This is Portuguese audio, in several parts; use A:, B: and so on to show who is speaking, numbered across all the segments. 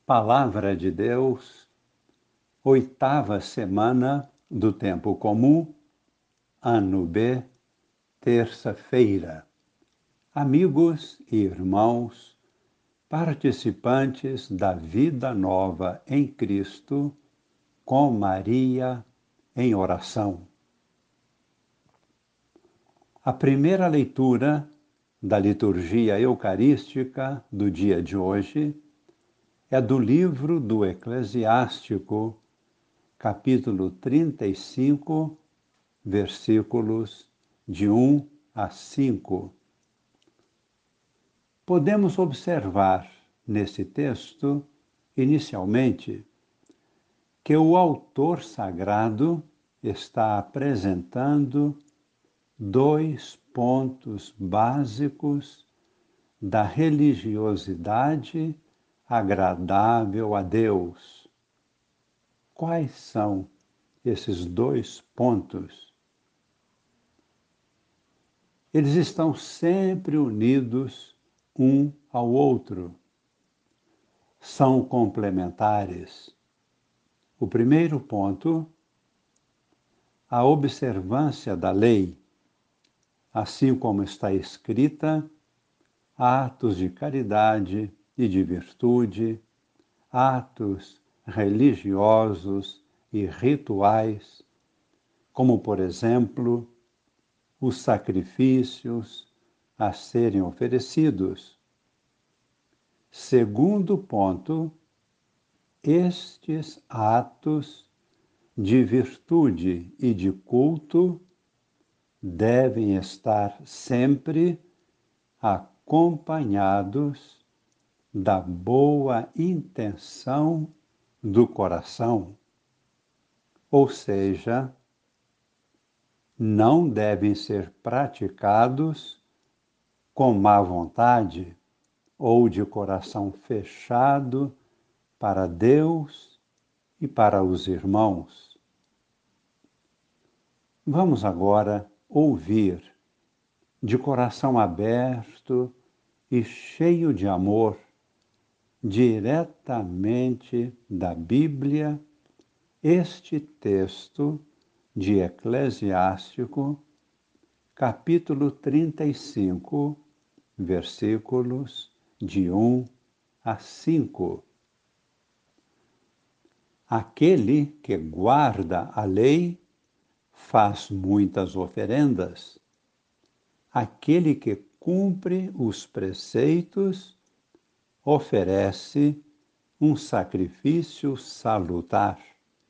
A: Palavra de Deus, oitava semana do Tempo Comum, ano B, terça-feira. Amigos e irmãos, participantes da vida nova em Cristo, com Maria em oração. A primeira leitura da liturgia eucarística do dia de hoje é do livro do Eclesiástico, capítulo 35, versículos de 1 a 5. Podemos observar nesse texto, inicialmente, que o autor sagrado está apresentando dois pontos básicos da religiosidade agradável a Deus. Quais são esses dois pontos? Eles estão sempre unidos um ao outro. São complementares. O primeiro ponto, a observância da lei, assim como está escrita, atos de caridade e de virtude, atos religiosos e rituais, como, por exemplo, os sacrifícios a serem oferecidos. Segundo ponto, estes atos de virtude e de culto devem estar sempre acompanhados da boa intenção do coração, ou seja, não devem ser praticados com má vontade ou de coração fechado para Deus e para os irmãos. Vamos agora ouvir, de coração aberto e cheio de amor, diretamente da Bíblia, este texto de Eclesiástico, capítulo 35, versículos de 1 a 5. Aquele que guarda a lei faz muitas oferendas. Aquele que cumpre os preceitos oferece um sacrifício salutar.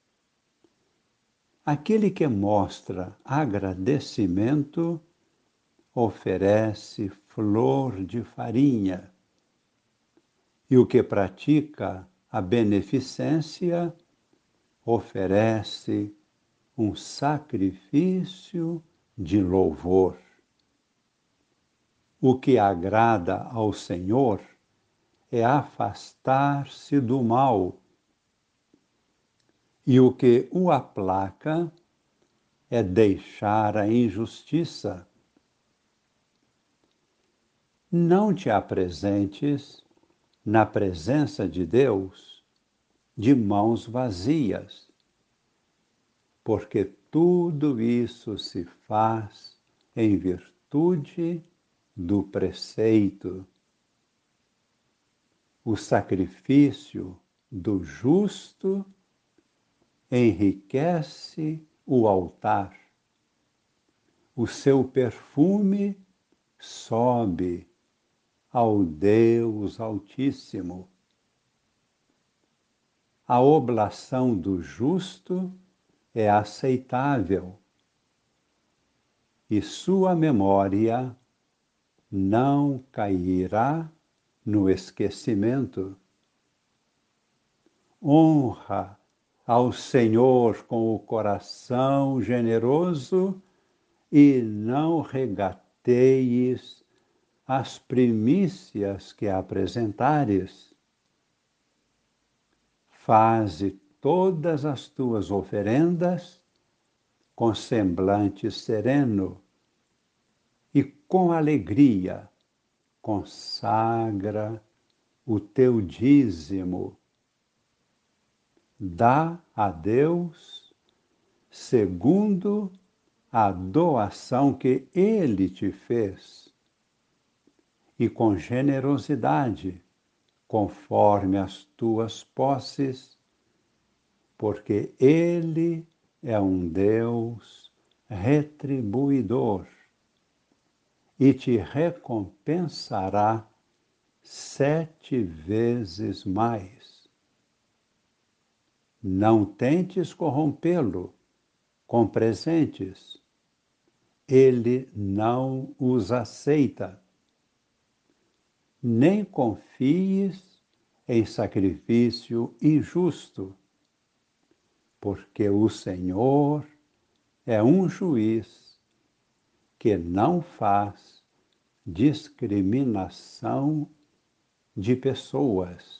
A: Aquele que mostra agradecimento oferece flor de farinha. E o que pratica a beneficência oferece um sacrifício de louvor. O que agrada ao Senhor é afastar-se do mal, e o que o aplaca é deixar a injustiça. Não te apresentes na presença de Deus de mãos vazias, porque tudo isso se faz em virtude do preceito. O sacrifício do justo enriquece o altar. O seu perfume sobe ao Deus Altíssimo. A oblação do justo é aceitável e sua memória não cairá no esquecimento. Honra ao Senhor com o coração generoso e não regatees as primícias que apresentares. Faze todas as tuas oferendas com semblante sereno e com alegria consagra o teu dízimo dá a Deus segundo a doação que Ele te fez e com generosidade, conforme as tuas posses, porque Ele é um Deus retribuidor e te recompensará 7 vezes mais. Não tentes corrompê-lo com presentes. Ele não os aceita. Nem confies em sacrifício injusto, porque o Senhor é um juiz que não faz discriminação de pessoas.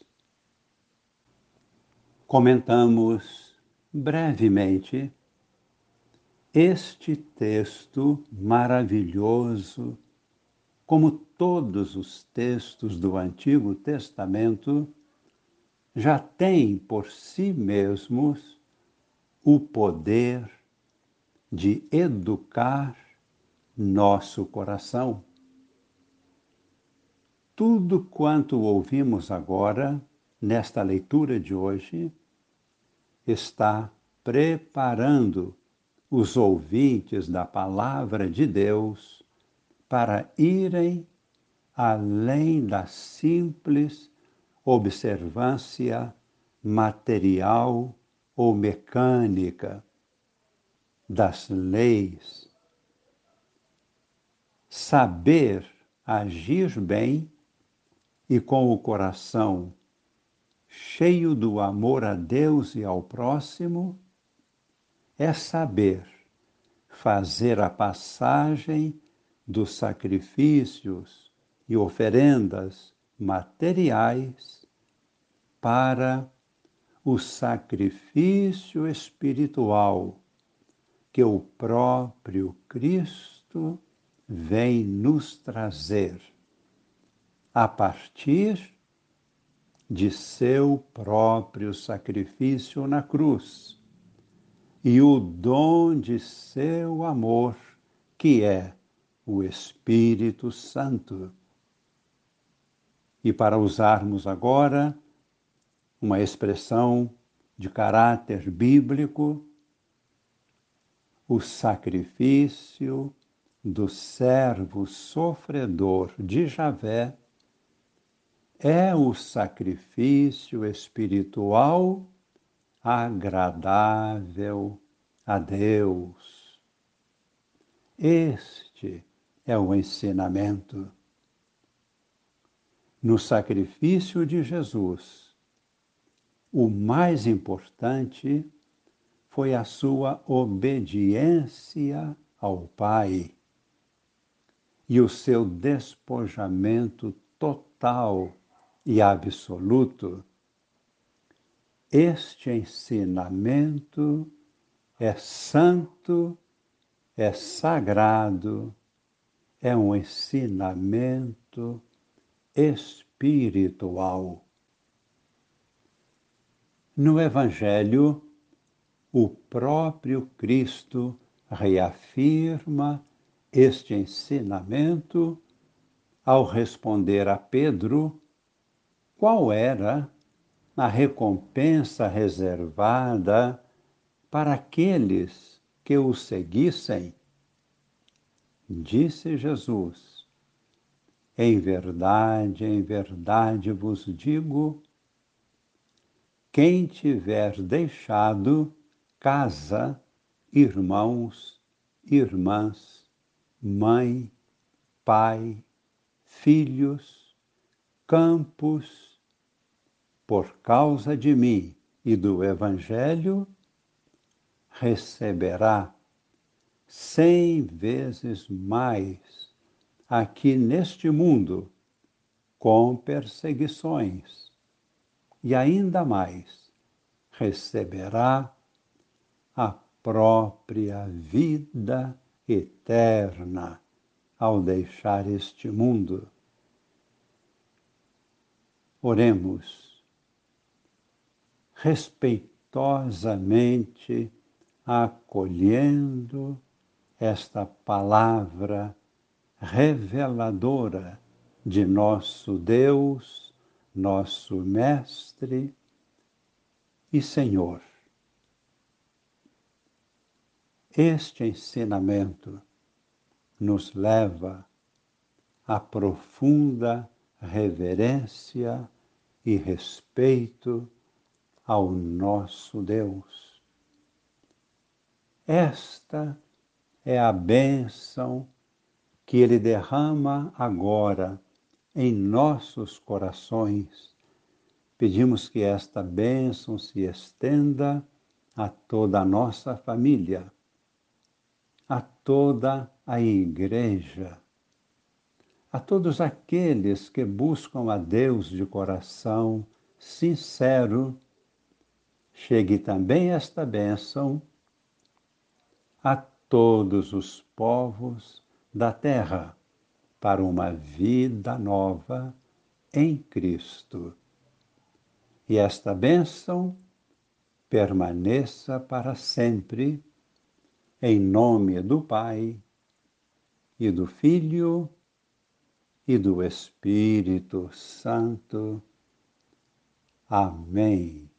A: Comentamos brevemente este texto maravilhoso, como todos os textos do Antigo Testamento, já têm por si mesmos o poder de educar nosso coração. Tudo quanto ouvimos agora, nesta leitura de hoje, está preparando os ouvintes da palavra de Deus para irem além da simples observância material ou mecânica das leis. Saber agir bem e com o coração cheio do amor a Deus e ao próximo é saber fazer a passagem dos sacrifícios e oferendas materiais para o sacrifício espiritual que o próprio Cristo vem nos trazer a partir de seu próprio sacrifício na cruz e o dom de seu amor, que é o Espírito Santo. E para usarmos agora uma expressão de caráter bíblico, o sacrifício do servo sofredor de Javé é o sacrifício espiritual agradável a Deus. Este é o ensinamento. No sacrifício de Jesus, o mais importante foi a sua obediência ao Pai e o seu despojamento total e absoluto. Este ensinamento é santo, é sagrado, é um ensinamento espiritual. No Evangelho, o próprio Cristo reafirma este ensinamento ao responder a Pedro qual era a recompensa reservada para aqueles que o seguissem. Disse Jesus: em verdade vos digo, quem tiver deixado casa, irmãos, irmãs, mãe, pai, filhos, campos, por causa de mim e do Evangelho, receberá 100 vezes mais aqui neste mundo, com perseguições, e ainda mais receberá a própria vida eterna ao deixar este mundo. Oremos. gostosamente acolhendo esta palavra reveladora de nosso Deus, nosso Mestre e Senhor. Este ensinamento nos leva à profunda reverência e respeito ao nosso Deus. Esta é a bênção que Ele derrama agora em nossos corações. Pedimos que esta bênção se estenda a toda a nossa família, a toda a Igreja, a todos aqueles que buscam a Deus de coração sincero. Chegue também esta bênção a todos os povos da terra, para uma vida nova em Cristo. E esta bênção permaneça para sempre, em nome do Pai, e do Filho, e do Espírito Santo. Amém.